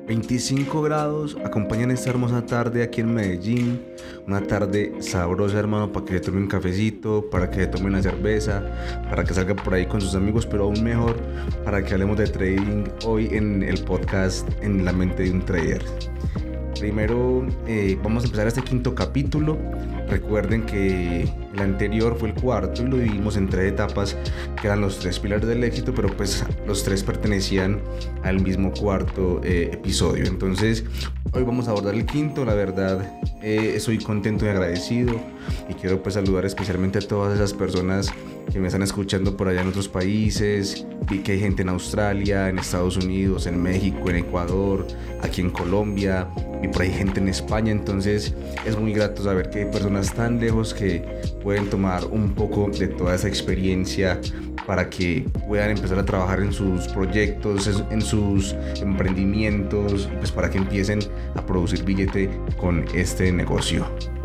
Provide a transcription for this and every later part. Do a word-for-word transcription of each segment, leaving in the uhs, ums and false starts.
veinticinco grados acompañan esta hermosa tarde aquí en Medellín. Una tarde sabrosa, hermano, para que se tome un cafecito, para que se tome una cerveza, para que salga por ahí con sus amigos, pero aún mejor, para que hablemos de trading hoy en el podcast En la mente de un trader. Primero eh, vamos a empezar este quinto capítulo. Recuerden que el anterior fue el cuarto y lo dividimos en tres etapas, que eran los tres pilares del éxito, pero pues los tres pertenecían al mismo cuarto eh, episodio. Entonces hoy vamos a abordar el quinto. La verdad eh, estoy contento y agradecido y quiero pues saludar especialmente a todas esas personas que me están escuchando por allá en otros países. Vi que hay gente en Australia, en Estados Unidos, en México, en Ecuador, aquí en Colombia, y por ahí gente en España. Entonces es muy grato saber que hay personas tan lejos que pueden tomar un poco de toda esa experiencia para que puedan empezar a trabajar en sus proyectos, en sus emprendimientos, pues para que empiecen a producir billete con este negocio.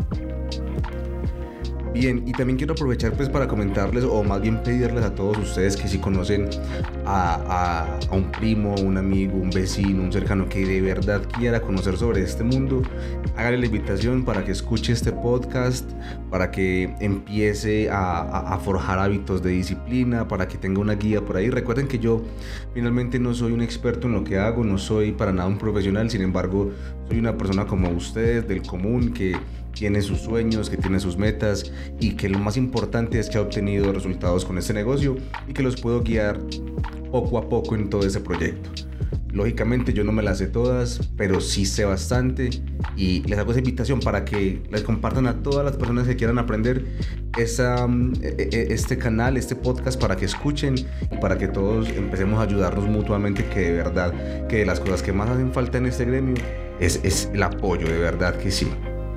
Bien, y también quiero aprovechar pues para comentarles, o más bien pedirles a todos ustedes que si conocen a, a, a un primo, un amigo, un vecino, un cercano que de verdad quiera conocer sobre este mundo, háganle la invitación para que escuche este podcast, para que empiece a, a, a forjar hábitos de disciplina, para que tenga una guía por ahí. Recuerden que yo finalmente no soy un experto en lo que hago, no soy para nada un profesional, sin embargo soy una persona como ustedes, del común, que tiene sus sueños, que tiene sus metas y que lo más importante es que ha obtenido resultados con este negocio y que los puedo guiar poco a poco en todo ese proyecto. Lógicamente yo no me las sé todas, pero sí sé bastante y les hago esa invitación para que les compartan a todas las personas que quieran aprender esa, este canal, este podcast, para que escuchen y para que todos empecemos a ayudarnos mutuamente, que de verdad que de las cosas que más hacen falta en este gremio es, es el apoyo, de verdad que sí.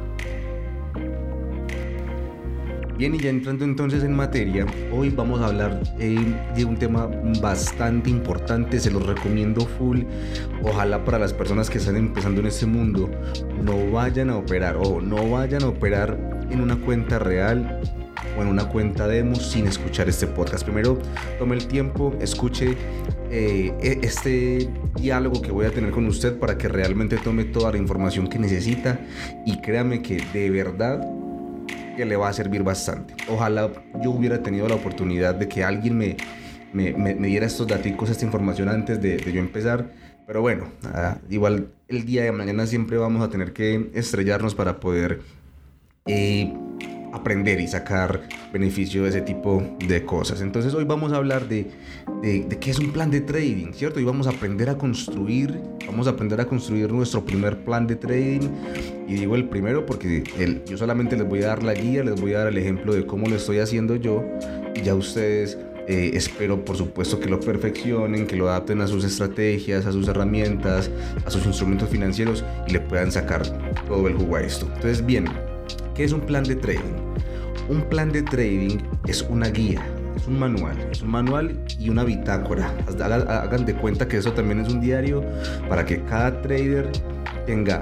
Bien, y ya entrando entonces en materia, hoy vamos a hablar eh, de un tema bastante importante. Se los recomiendo full. Ojalá para las personas que están empezando en este mundo no vayan a operar, o no vayan a operar en una cuenta real o en una cuenta demo sin escuchar este podcast. Primero, tome el tiempo, escuche eh, este diálogo que voy a tener con usted para que realmente tome toda la información que necesita, y créame que de verdad que le va a servir bastante. Ojalá yo hubiera tenido la oportunidad de que alguien me, me, me, me diera estos daticos, esta información antes de, de yo empezar, pero bueno, uh, igual el día de mañana siempre vamos a tener que estrellarnos para poder eh, aprender y sacar beneficio de ese tipo de cosas. Entonces hoy vamos a hablar de, de, de qué es un plan de trading, ¿cierto? Y vamos a aprender a construir, vamos a aprender a construir nuestro primer plan de trading. Y digo el primero porque el, yo solamente les voy a dar la guía, les voy a dar el ejemplo de cómo lo estoy haciendo yo, y ya ustedes eh, espero por supuesto que lo perfeccionen, que lo adapten a sus estrategias, a sus herramientas, a sus instrumentos financieros y le puedan sacar todo el jugo a esto. Entonces, bien, ¿qué es un plan de trading? Un plan de trading es una guía, es un manual, es un manual y una bitácora. Hagan de cuenta que eso también es un diario, para que cada trader tenga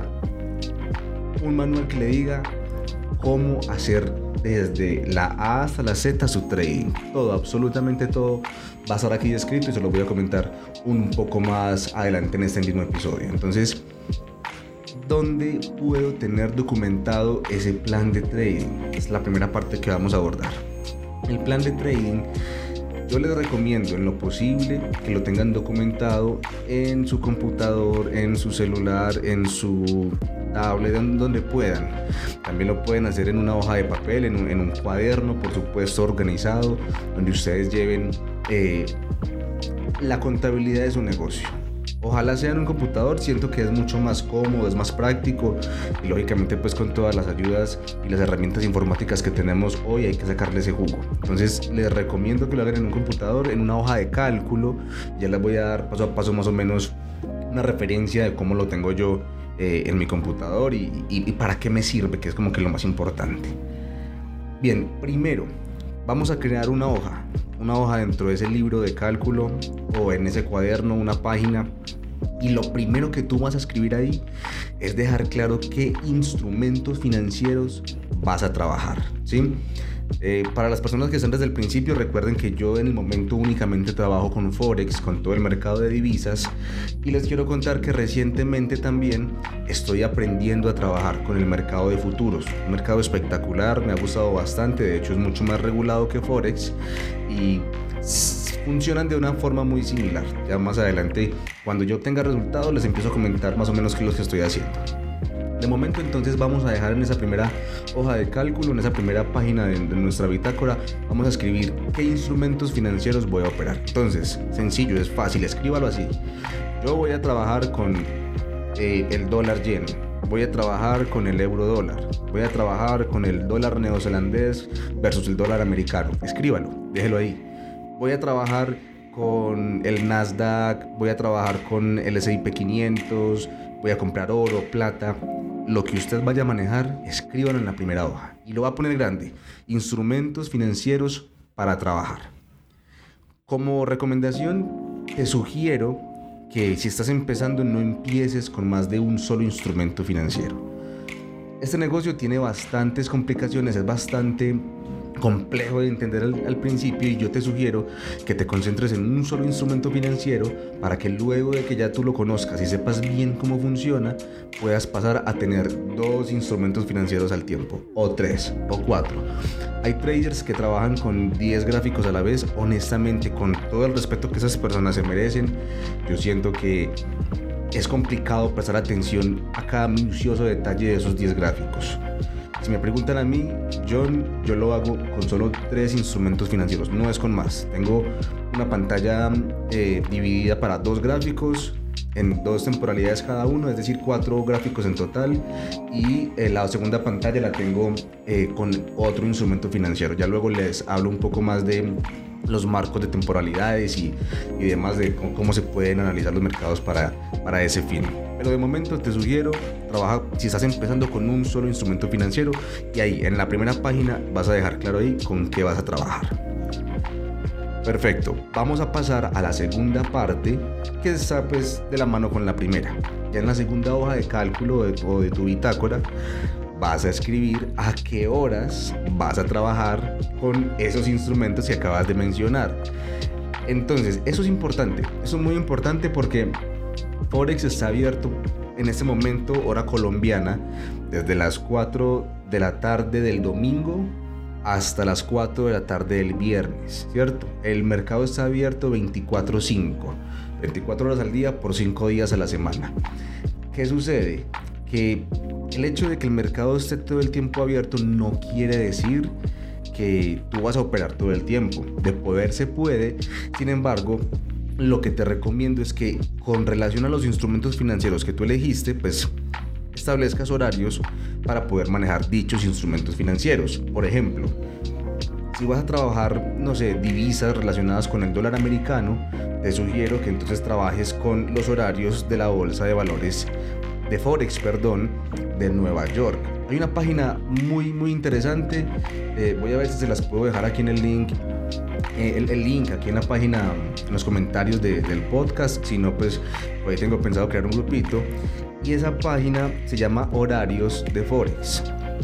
un manual que le diga cómo hacer desde la A hasta la Z su trading. Todo, absolutamente todo va a estar aquí escrito y se lo voy a comentar un poco más adelante en este mismo episodio. Entonces, ¿dónde puedo tener documentado ese plan de trading? Es la primera parte que vamos a abordar. El plan de trading, yo les recomiendo en lo posible que lo tengan documentado en su computador, en su celular, en su tablet, donde puedan. También lo pueden hacer en una hoja de papel, en un, en un cuaderno, por supuesto, organizado, donde ustedes lleven eh, la contabilidad de su negocio. Ojalá sea en un computador, siento que es mucho más cómodo, es más práctico, y lógicamente pues con todas las ayudas y las herramientas informáticas que tenemos hoy hay que sacarle ese jugo. Entonces les recomiendo que lo hagan en un computador, en una hoja de cálculo. Ya les voy a dar paso a paso más o menos una referencia de cómo lo tengo yo eh, en mi computador y, y, y para qué me sirve, que es como que lo más importante. Bien, primero vamos a crear una hoja, una hoja dentro de ese libro de cálculo o en ese cuaderno, una página. Y lo primero que tú vas a escribir ahí es dejar claro qué instrumentos financieros vas a trabajar, ¿sí? Eh, para las personas que están desde el principio, recuerden que yo en el momento únicamente trabajo con Forex, con todo el mercado de divisas, y les quiero contar que recientemente también estoy aprendiendo a trabajar con el mercado de futuros. Un mercado espectacular, me ha gustado bastante, de hecho es mucho más regulado que Forex y funcionan de una forma muy similar. Ya más adelante, cuando yo obtenga resultados, les empiezo a comentar más o menos qué es lo que estoy haciendo. De momento entonces vamos a dejar en esa primera hoja de cálculo, en esa primera página de, de nuestra bitácora, vamos a escribir qué instrumentos financieros voy a operar. Entonces, sencillo, es fácil, escríbalo así. Yo voy a trabajar con eh, el dólar yen, voy a trabajar con el euro dólar, voy a trabajar con el dólar neozelandés versus el dólar americano. Escríbalo, déjelo ahí. Voy a trabajar con el Nasdaq, voy a trabajar con el ese y pe quinientos, voy a comprar oro, plata. Lo que usted vaya a manejar, escríbanlo en la primera hoja y lo va a poner grande: instrumentos financieros para trabajar. Como recomendación, te sugiero que si estás empezando no empieces con más de un solo instrumento financiero. Este negocio tiene bastantes complicaciones, es bastante complejo de entender al, al principio, y yo te sugiero que te concentres en un solo instrumento financiero para que luego de que ya tú lo conozcas y sepas bien cómo funciona, puedas pasar a tener dos instrumentos financieros al tiempo, o tres, o cuatro. Hay traders que trabajan con diez gráficos a la vez. Honestamente, con todo el respeto que esas personas se merecen, yo siento que es complicado prestar atención a cada minucioso detalle de esos diez gráficos. Si me preguntan a mí, John, yo lo hago con solo tres instrumentos financieros, no es con más. Tengo una pantalla eh, dividida para dos gráficos en dos temporalidades cada uno, es decir, cuatro gráficos en total, y eh, la segunda pantalla la tengo eh, con otro instrumento financiero. Ya luego les hablo un poco más de los marcos de temporalidades y, y demás, de cómo, cómo se pueden analizar los mercados para, para ese fin. Pero de momento te sugiero, trabaja si estás empezando con un solo instrumento financiero, y ahí en la primera página vas a dejar claro ahí con qué vas a trabajar. Perfecto, vamos a pasar a la segunda parte, que está pues de la mano con la primera. Ya en la segunda hoja de cálculo de tu, o de tu bitácora vas a escribir a qué horas vas a trabajar con esos instrumentos que acabas de mencionar. Entonces, eso es importante, eso es muy importante porque Forex está abierto en este momento, hora colombiana, desde las cuatro de la tarde del domingo hasta las cuatro de la tarde del viernes, ¿cierto? El mercado está abierto veinticuatro cinco, veinticuatro horas al día por cinco días a la semana. ¿Qué sucede? Que el hecho de que el mercado esté todo el tiempo abierto no quiere decir que tú vas a operar todo el tiempo. De poder se puede, sin embargo, lo que te recomiendo es que con relación a los instrumentos financieros que tú elegiste, pues establezcas horarios para poder manejar dichos instrumentos financieros. Por ejemplo, si vas a trabajar, no sé, divisas relacionadas con el dólar americano, te sugiero que entonces trabajes con los horarios de la bolsa de valores de Forex, perdón, de Nueva York. Hay una página muy muy interesante, eh, voy a ver si se las puedo dejar aquí en el link, eh, el, el link aquí en la página, en los comentarios de, del podcast. Si no, pues hoy tengo pensado crear un grupito, y esa página se llama Horarios de Forex.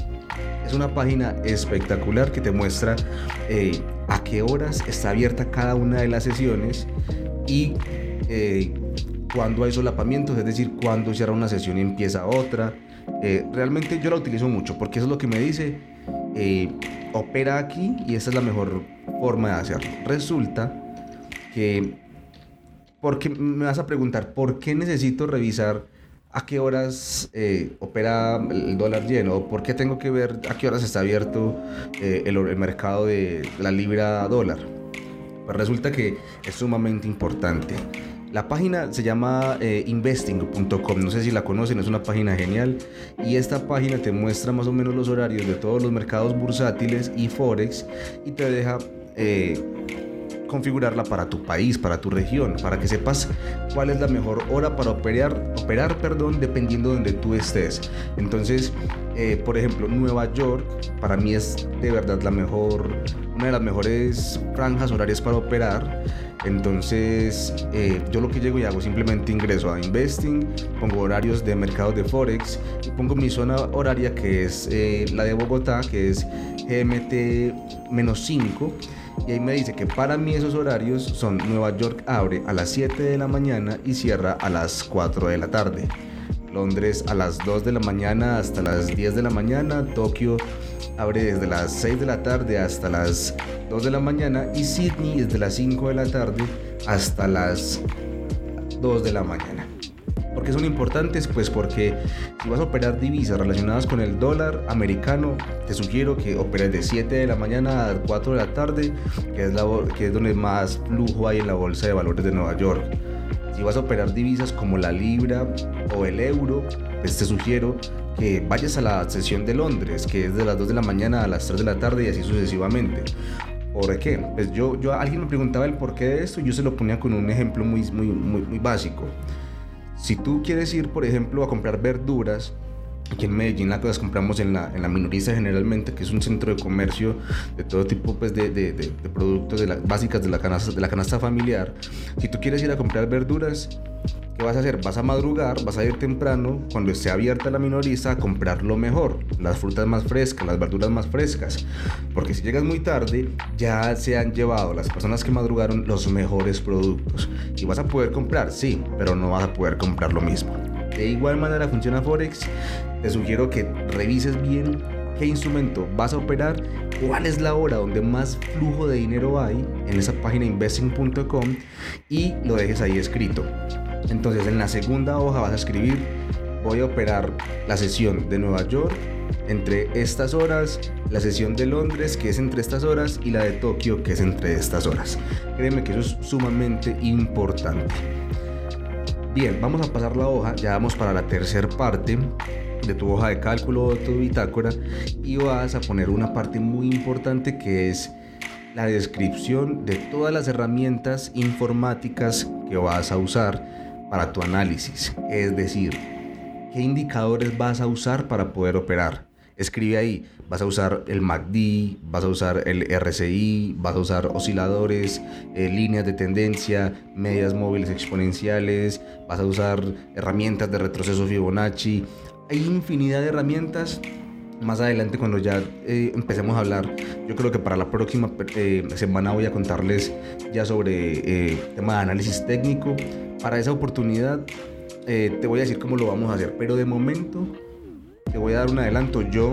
Es una página espectacular que te muestra eh, a qué horas está abierta cada una de las sesiones y eh, cuando hay solapamientos, es decir, cuando cierra una sesión y empieza otra. Eh, realmente yo la utilizo mucho porque eso es lo que me dice, eh, opera aquí y esta es la mejor forma de hacerlo. Resulta que, porque me vas a preguntar, ¿por qué necesito revisar a qué horas eh, opera el dólar yen? ¿O por qué tengo que ver a qué horas está abierto eh, el, el mercado de la libra dólar? Pues resulta que es sumamente importante. La página se llama eh, investing punto com, no sé si la conocen, es una página genial, y esta página te muestra más o menos los horarios de todos los mercados bursátiles y Forex y te deja eh, configurarla para tu país, para tu región, para que sepas cuál es la mejor hora para operar, operar perdón, dependiendo de donde tú estés. Entonces, eh, por ejemplo, Nueva York para mí es de verdad la mejor, una de las mejores franjas horarias para operar. Entonces, eh, yo lo que llego y hago, simplemente ingreso a Investing, pongo horarios de mercados de Forex y pongo mi zona horaria, que es eh, la de Bogotá, que es G M T menos cinco. Y ahí me dice que para mí esos horarios son: Nueva York abre a las siete de la mañana y cierra a las cuatro de la tarde. Londres a las dos de la mañana hasta las diez de la mañana. Tokio abre desde las seis de la tarde hasta las dos de la mañana. Y Sydney desde las cinco de la tarde hasta las dos de la mañana. ¿Por qué son importantes? Pues porque si vas a operar divisas relacionadas con el dólar americano, te sugiero que operes de siete de la mañana a cuatro de la tarde, que es, la, que es donde más flujo hay en la bolsa de valores de Nueva York. Si vas a operar divisas como la libra o el euro, pues te sugiero que vayas a la sesión de Londres, que es de las dos de la mañana a las tres de la tarde y así sucesivamente. ¿Por qué? Pues yo, yo alguien me preguntaba el porqué de esto y yo se lo ponía con un ejemplo muy, muy, muy, muy básico. Si tú quieres ir, por ejemplo, a comprar verduras, aquí en Medellín las compramos en la, en la minorista generalmente, que es un centro de comercio de todo tipo, pues, de, de, de, de productos de la, básicas de la, canasta, de la canasta familiar. Si tú quieres ir a comprar verduras, ¿qué vas a hacer? Vas a madrugar, vas a ir temprano, cuando esté abierta la minorista, a comprar lo mejor, las frutas más frescas, las verduras más frescas, porque si llegas muy tarde, ya se han llevado las personas que madrugaron los mejores productos, y vas a poder comprar, sí, pero no vas a poder comprar lo mismo. De igual manera funciona Forex. Te sugiero que revises bien qué instrumento vas a operar, cuál es la hora donde más flujo de dinero hay en esa página investing punto com y lo dejes ahí escrito. Entonces, en la segunda hoja vas a escribir: voy a operar la sesión de Nueva York entre estas horas, la sesión de Londres, que es entre estas horas, y la de Tokio, que es entre estas horas. Créeme que eso es sumamente importante. Bien, vamos a pasar la hoja, ya vamos para la tercera parte de tu hoja de cálculo o tu bitácora, y vas a poner una parte muy importante, que es la descripción de todas las herramientas informáticas que vas a usar para tu análisis. Es decir, qué indicadores vas a usar para poder operar. Escribe ahí: vas a usar el M A C D, vas a usar el R S I, vas a usar osciladores, eh, líneas de tendencia, medias móviles exponenciales, vas a usar herramientas de retroceso Fibonacci. Hay infinidad de herramientas. Más adelante, cuando ya eh, empecemos a hablar, yo creo que para la próxima eh, semana voy a contarles ya sobre eh, tema de análisis técnico. Para esa oportunidad eh, te voy a decir cómo lo vamos a hacer, pero de momento te voy a dar un adelanto. Yo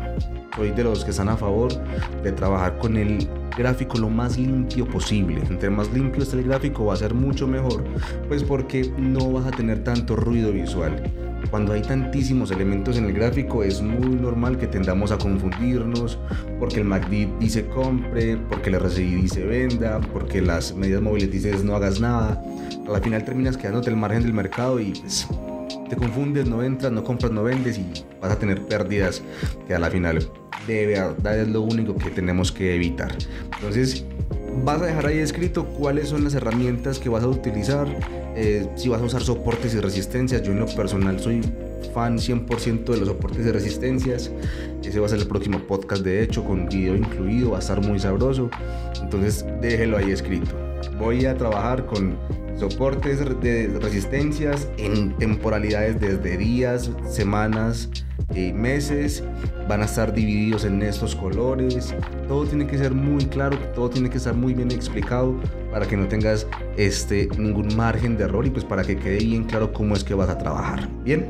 soy de los que están a favor de trabajar con el gráfico lo más limpio posible. Entre más limpio esté el gráfico, va a ser mucho mejor, pues porque no vas a tener tanto ruido visual. Cuando hay tantísimos elementos en el gráfico, es muy normal que tendamos a confundirnos, porque el M A C D dice compre, porque el R S I dice venda, porque las medias móviles dicen no hagas nada. Al final terminas quedándote al margen del mercado y pues te confundes, no entras, no compras, no vendes y vas a tener pérdidas que a la final de verdad es lo único que tenemos que evitar. Entonces, vas a dejar ahí escrito cuáles son las herramientas que vas a utilizar, eh, si vas a usar soportes y resistencias. Yo en lo personal soy fan cien por ciento de los soportes y resistencias. Ese va a ser el próximo podcast, de hecho, con video incluido, va a estar muy sabroso. Entonces déjelo ahí escrito. Voy a trabajar con soportes de resistencias en temporalidades desde días, semanas, eh, meses. Van a estar divididos en estos colores. Todo tiene que ser muy claro, todo tiene que estar muy bien explicado para que no tengas este, ningún margen de error y pues para que quede bien claro cómo es que vas a trabajar. Bien,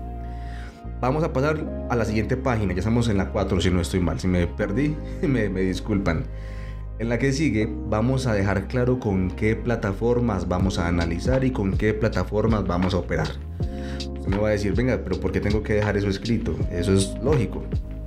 vamos a pasar a la siguiente página. Ya estamos en la cuatro, si no estoy mal. Si me perdí, me, me disculpan. En la que sigue vamos a dejar claro con qué plataformas vamos a analizar y con qué plataformas vamos a operar. Usted me va a decir: venga, pero ¿por qué tengo que dejar eso escrito? Eso es lógico.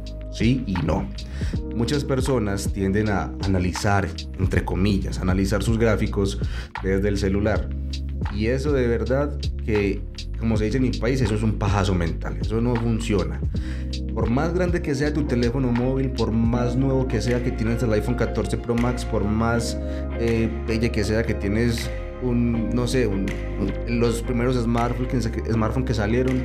Sí y no. Muchas personas tienden a analizar, entre comillas, analizar sus gráficos desde el celular. Y eso de verdad que, como se dice en mi país, eso es un pajazo mental. Eso no funciona. Por más grande que sea tu teléfono móvil, por más nuevo que sea que tienes el iPhone catorce Pro Max, por más eh, bella que sea que tienes un, no sé, un, un, los primeros smartphones que, smartphone que salieron,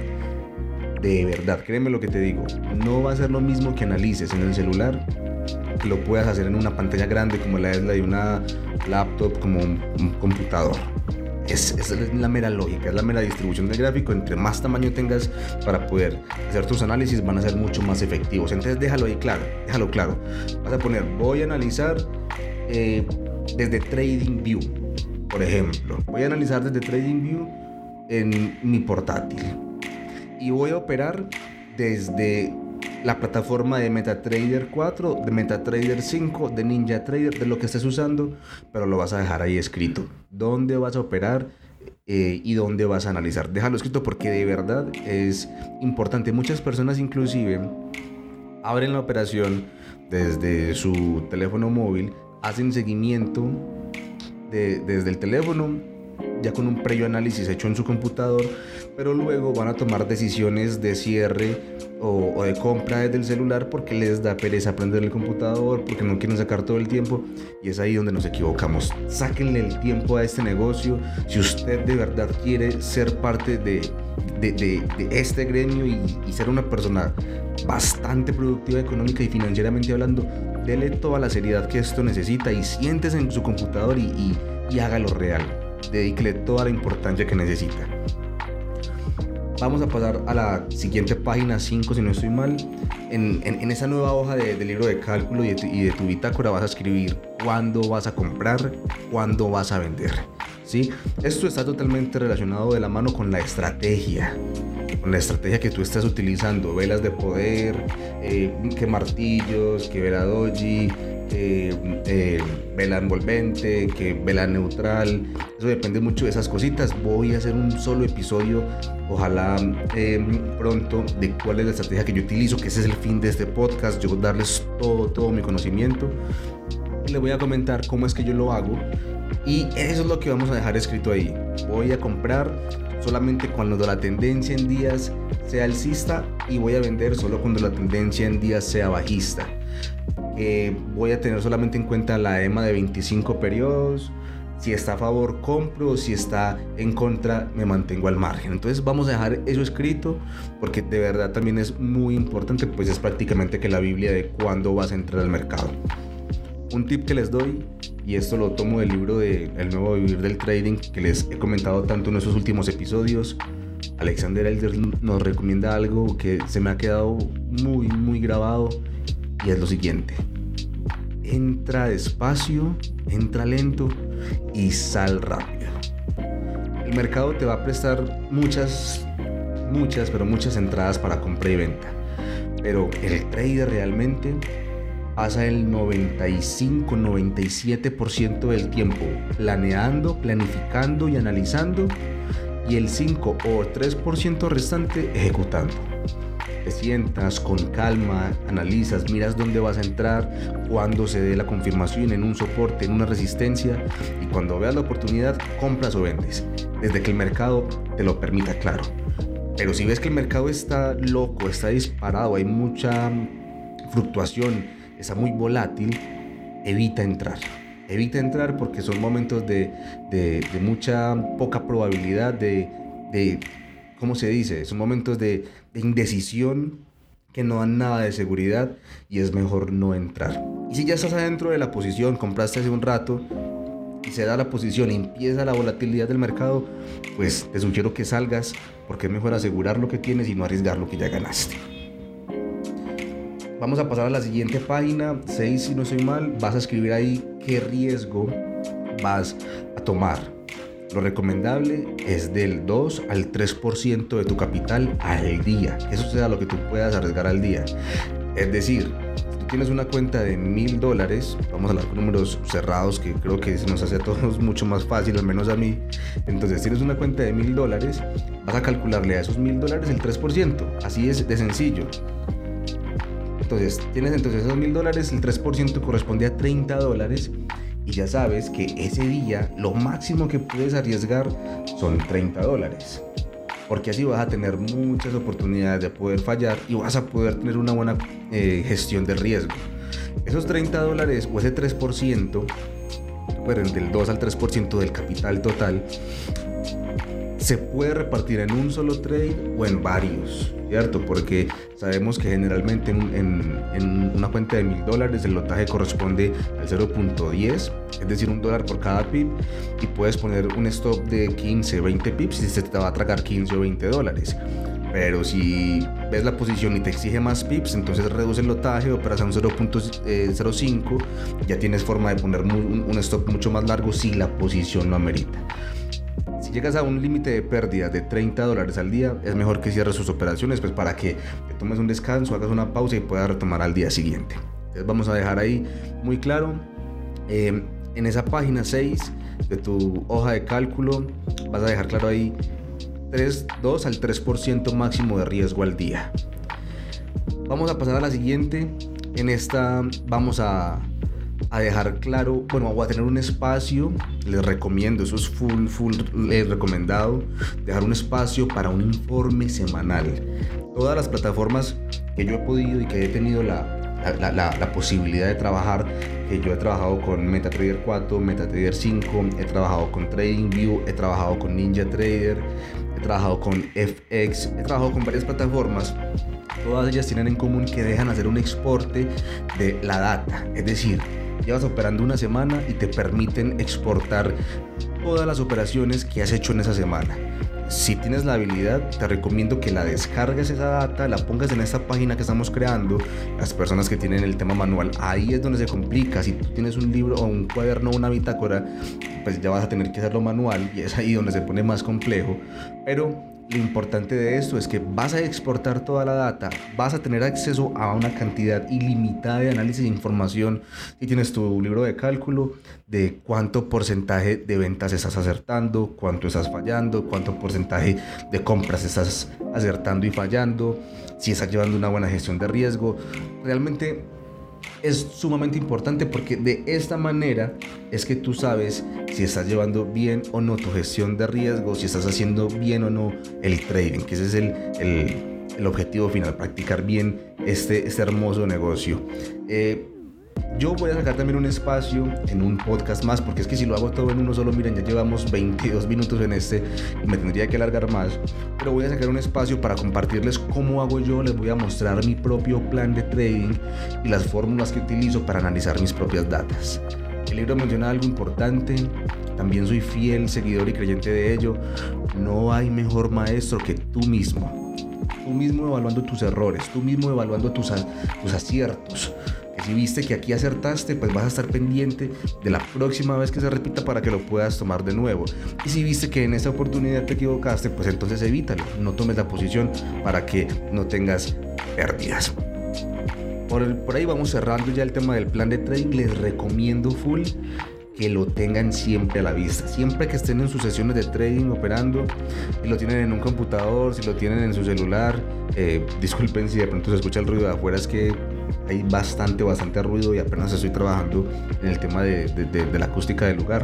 de verdad, créeme lo que te digo, no va a ser lo mismo que analices en el celular que lo puedas hacer en una pantalla grande como la es la de una laptop, como un, un computador. Es, es la mera lógica, es la mera distribución del gráfico. Entre más tamaño tengas para poder hacer tus análisis, van a ser mucho más efectivos. Entonces déjalo ahí claro, déjalo claro. Vas a poner, voy a analizar eh, desde TradingView, por ejemplo. Voy a analizar desde TradingView en mi portátil. Y voy a operar desde la plataforma de MetaTrader cuatro, de MetaTrader cinco, de NinjaTrader, de lo que estés usando, pero lo vas a dejar ahí escrito. ¿Dónde vas a operar eh, y dónde vas a analizar? Déjalo escrito porque de verdad es importante. Muchas personas inclusive abren la operación desde su teléfono móvil, hacen seguimiento de, desde el teléfono, ya con un previo análisis hecho en su computador, pero luego van a tomar decisiones de cierre o, o de compra desde el celular porque les da pereza prender el computador, porque no quieren sacar todo el tiempo, y es ahí donde nos equivocamos. Sáquenle el tiempo a este negocio. Si usted de verdad quiere ser parte de, de, de, de este gremio y, y ser una persona bastante productiva económica y financieramente hablando, dele toda la seriedad que esto necesita y siéntese en su computador y, y, y hágalo real. Dedíquele toda la importancia que necesita. Vamos a pasar a la siguiente página cinco, si no estoy mal. En, en, en esa nueva hoja de, de libro de cálculo y de, tu, y de tu bitácora vas a escribir cuándo vas a comprar, cuándo vas a vender, ¿sí? Esto está totalmente relacionado de la mano con la estrategia. Con la estrategia que tú estás utilizando. Velas de poder, eh, que martillos, que vela doji, Eh, eh, vela envolvente, que vela neutral. Eso depende mucho de esas cositas. Voy a hacer un solo episodio, ojalá eh, pronto, de cuál es la estrategia que yo utilizo, que ese es el fin de este podcast, yo darles todo, todo mi conocimiento. Y les voy a comentar cómo es que yo lo hago, y eso es lo que vamos a dejar escrito ahí. Voy a comprar solamente cuando la tendencia en días sea alcista, y voy a vender solo cuando la tendencia en días sea bajista. Eh, voy a tener solamente en cuenta la E M A de veinticinco periodos. Si está a favor, compro. Si está en contra, me mantengo al margen. Entonces vamos a dejar eso escrito porque de verdad también es muy importante, pues es prácticamente que la Biblia de cuándo vas a entrar al mercado. Un tip que les doy, y esto lo tomo del libro de El nuevo vivir del trading, que les he comentado tanto en esos últimos episodios. Alexander Elder nos recomienda algo que se me ha quedado muy, muy grabado, y es lo siguiente: entra despacio, entra lento y sal rápido. El mercado te va a prestar muchas, muchas, pero muchas entradas para compra y venta, pero el trader realmente pasa el noventa y cinco, noventa y siete por ciento del tiempo planeando, planificando y analizando, y el cinco o tres por ciento restante ejecutando. Te sientas con calma, analizas, miras dónde vas a entrar, cuando se dé la confirmación en un soporte, en una resistencia, y cuando veas la oportunidad, compras o vendes, desde que el mercado te lo permita, claro. Pero si ves que el mercado está loco, está disparado, hay mucha fluctuación, está muy volátil, evita entrar. Evita entrar porque son momentos de, de, de mucha poca probabilidad de... de ¿Cómo se dice? Son momentos de, de indecisión que no dan nada de seguridad, y es mejor no entrar. Y si ya estás adentro de la posición, compraste hace un rato y se da la posición y empieza la volatilidad del mercado, pues te sugiero que salgas, porque es mejor asegurar lo que tienes y no arriesgar lo que ya ganaste. Vamos a pasar a la siguiente página, seis si no estoy mal. Vas a escribir ahí qué riesgo vas a tomar. Lo recomendable es del dos al tres por ciento de tu capital al día. Eso sea lo que tú puedas arriesgar al día. Es decir, si tú tienes una cuenta de mil dólares, vamos a hablar con números cerrados que creo que se nos hace a todos mucho más fácil, al menos a mí. Entonces, tienes una cuenta de mil dólares, vas a calcularle a esos mil dólares el tres por ciento. Así es de sencillo. Entonces, tienes entonces esos mil dólares, el tres por ciento corresponde a treinta dólares. Y ya sabes que ese día lo máximo que puedes arriesgar son treinta dólares. porque así vas a tener muchas oportunidades de poder fallar y vas a poder tener una buena eh, gestión de riesgo. Esos treinta dólares o ese tres por ciento, bueno, del dos al tres por ciento del capital total, se puede repartir en un solo trade o en varios, ¿cierto? Porque sabemos que generalmente en, en, en una cuenta de mil dólares el lotaje corresponde al cero punto diez, es decir, un dólar por cada pip, y puedes poner un stop de quince, veinte pips y se te va a tragar quince o veinte dólares. Pero si ves la posición y te exige más pips, entonces reduce el lotaje, operas a un cero punto cero cinco, ya tienes forma de poner un, un stop mucho más largo si la posición lo amerita. Si llegas a un límite de pérdida de treinta dólares al día, es mejor que cierres sus operaciones, pues para que te tomes un descanso, hagas una pausa y puedas retomar al día siguiente. Entonces vamos a dejar ahí muy claro, eh, en esa página seis de tu hoja de cálculo, vas a dejar claro ahí dos al tres por ciento máximo de riesgo al día. Vamos a pasar a la siguiente. En esta vamos a a dejar claro, bueno, voy a tener un espacio, les recomiendo, eso es full, full eh, recomendado, dejar un espacio para un informe semanal. Todas las plataformas que yo he podido y que he tenido la, la, la, la posibilidad de trabajar, que yo he trabajado con MetaTrader cuatro, MetaTrader cinco, he trabajado con TradingView, he trabajado con NinjaTrader, he trabajado con F X, he trabajado con varias plataformas. Todas ellas tienen en común que dejan hacer un exporte de la data, es decir, llevas operando una semana y te permiten exportar todas las operaciones que has hecho en esa semana. Si tienes la habilidad, te recomiendo que la descargues esa data, la pongas en esta página que estamos creando. Las personas que tienen el tema manual, ahí es donde se complica. Si tú tienes un libro o un cuaderno o una bitácora, pues ya vas a tener que hacerlo manual y es ahí donde se pone más complejo. Pero lo importante de esto es que vas a exportar toda la data, vas a tener acceso a una cantidad ilimitada de análisis de información. Si tienes tu libro de cálculo de cuánto porcentaje de ventas estás acertando, cuánto estás fallando, cuánto porcentaje de compras estás acertando y fallando, si estás llevando una buena gestión de riesgo. Realmente es sumamente importante porque de esta manera es que tú sabes si estás llevando bien o no tu gestión de riesgo, si estás haciendo bien o no el trading, que ese es el, el, el objetivo final, practicar bien este, este hermoso negocio. Eh, Yo voy a sacar también un espacio en un podcast más, porque es que si lo hago todo en uno solo, miren, ya llevamos veintidós minutos en este y me tendría que alargar más, pero voy a sacar un espacio para compartirles cómo hago yo, les voy a mostrar mi propio plan de trading y las fórmulas que utilizo para analizar mis propias datas. El libro menciona algo importante, también soy fiel seguidor y creyente de ello: no hay mejor maestro que tú mismo, tú mismo evaluando tus errores, tú mismo evaluando tus, tus aciertos. Que si viste que aquí acertaste, pues vas a estar pendiente de la próxima vez que se repita para que lo puedas tomar de nuevo. Y si viste que en esta oportunidad te equivocaste, pues entonces evítalo, no tomes la posición para que no tengas pérdidas. Por, el, por ahí vamos cerrando ya el tema del plan de trading. Les recomiendo full que lo tengan siempre a la vista, siempre que estén en sus sesiones de trading operando, si lo tienen en un computador, si lo tienen en su celular. Eh, disculpen si de pronto se escucha el ruido de afuera, es que hay bastante, bastante ruido y apenas estoy trabajando en el tema de, de, de, de la acústica del lugar.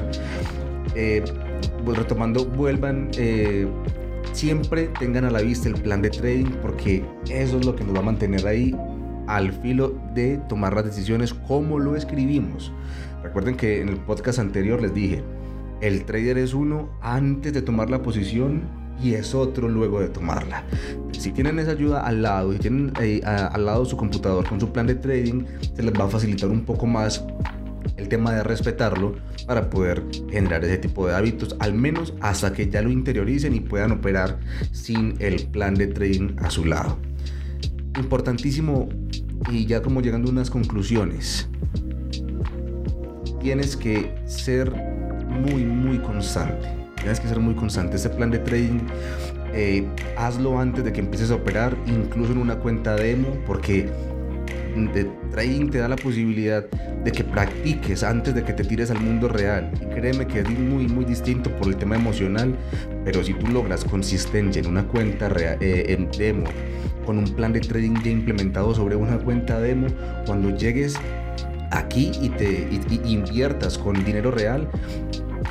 Eh, pues retomando, vuelvan, eh, siempre tengan a la vista el plan de trading, porque eso es lo que nos va a mantener ahí al filo de tomar las decisiones como lo escribimos. Recuerden que en el podcast anterior les dije, el trader es uno antes de tomar la posición y es otro luego de tomarla. Si tienen esa ayuda al lado, si tienen eh, a, al lado su computador con su plan de trading, se les va a facilitar un poco más el tema de respetarlo para poder generar ese tipo de hábitos, al menos hasta que ya lo interioricen y puedan operar sin el plan de trading a su lado. Importantísimo, y ya como llegando a unas conclusiones, tienes que ser muy muy constante. Tienes que ser muy constante. Este plan de trading, eh, hazlo antes de que empieces a operar, incluso en una cuenta demo, porque de trading te da la posibilidad de que practiques antes de que te tires al mundo real. Y créeme que es muy muy distinto por el tema emocional, pero si tú logras consistencia en una cuenta real, eh, en demo, con un plan de trading ya implementado sobre una cuenta demo, cuando llegues aquí y te y, y inviertas con dinero real,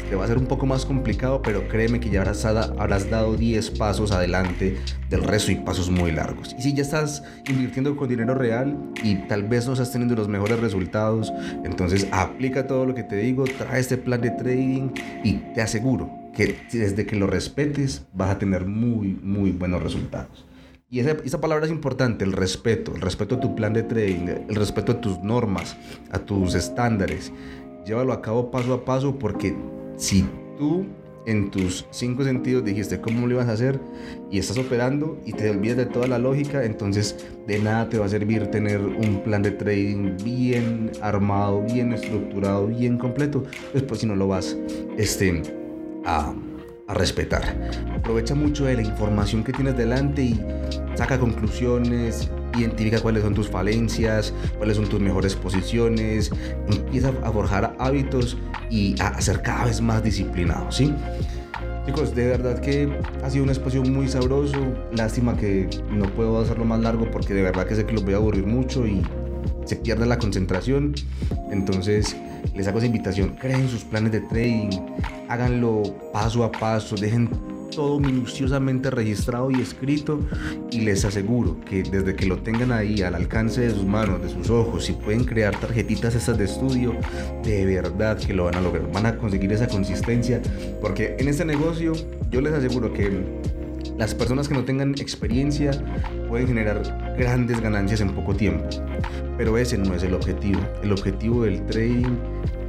te va a ser un poco más complicado, pero créeme que ya habrás, habrás dado diez pasos adelante del resto y pasos muy largos. Y si ya estás invirtiendo con dinero real y tal vez no estás teniendo los mejores resultados, entonces aplica todo lo que te digo, trae este plan de trading y te aseguro que desde que lo respetes vas a tener muy, muy buenos resultados. Y esa, esa palabra es importante, el respeto, el respeto a tu plan de trading, el respeto a tus normas, a tus estándares. Llévalo a cabo paso a paso, porque si tú en tus cinco sentidos dijiste cómo lo ibas a hacer y estás operando y te olvidas de toda la lógica, entonces de nada te va a servir tener un plan de trading bien armado, bien estructurado, bien completo, después si no lo vas este, a... a respetar. Aprovecha mucho de la información que tienes delante y saca conclusiones, identifica cuáles son tus falencias, cuáles son tus mejores posiciones, empieza a forjar hábitos y a ser cada vez más disciplinado, ¿sí? Chicos, de verdad que ha sido un espacio muy sabroso. Lástima que no puedo hacerlo más largo porque de verdad que sé que los voy a aburrir mucho y se pierde la concentración. Entonces les hago esa invitación: creen sus planes de trading, háganlo paso a paso, dejen todo minuciosamente registrado y escrito, y les aseguro que desde que lo tengan ahí al alcance de sus manos, de sus ojos, y pueden crear tarjetitas estas de estudio, de verdad que lo van a lograr, van a conseguir esa consistencia, porque en este negocio yo les aseguro que las personas que no tengan experiencia pueden generar grandes ganancias en poco tiempo, pero ese no es el objetivo. El objetivo del trading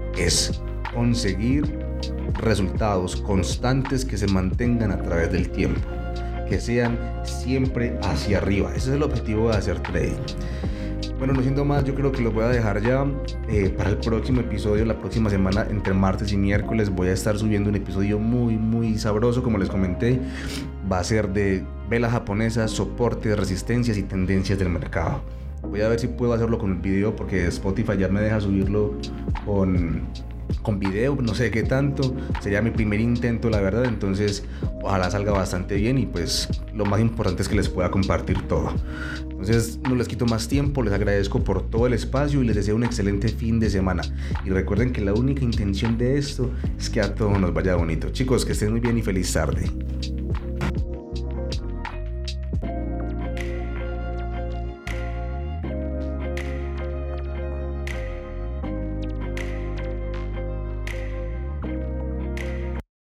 es conseguir resultados constantes que se mantengan a través del tiempo, que sean siempre hacia arriba. Ese es el objetivo de hacer trading. Bueno, no siento más, yo creo que los voy a dejar ya eh, para el próximo episodio. La próxima semana, entre martes y miércoles, voy a estar subiendo un episodio muy, muy sabroso, como les comenté. Va a ser de velas japonesas, soportes, resistencias y tendencias del mercado. Voy a ver si puedo hacerlo con el video, porque Spotify ya me deja subirlo con... con video, no sé qué tanto, sería mi primer intento, la verdad. Entonces ojalá salga bastante bien y pues lo más importante es que les pueda compartir todo. Entonces no les quito más tiempo, les agradezco por todo el espacio y les deseo un excelente fin de semana, y recuerden que la única intención de esto es que a todos nos vaya bonito. Chicos, que estén muy bien y feliz tarde.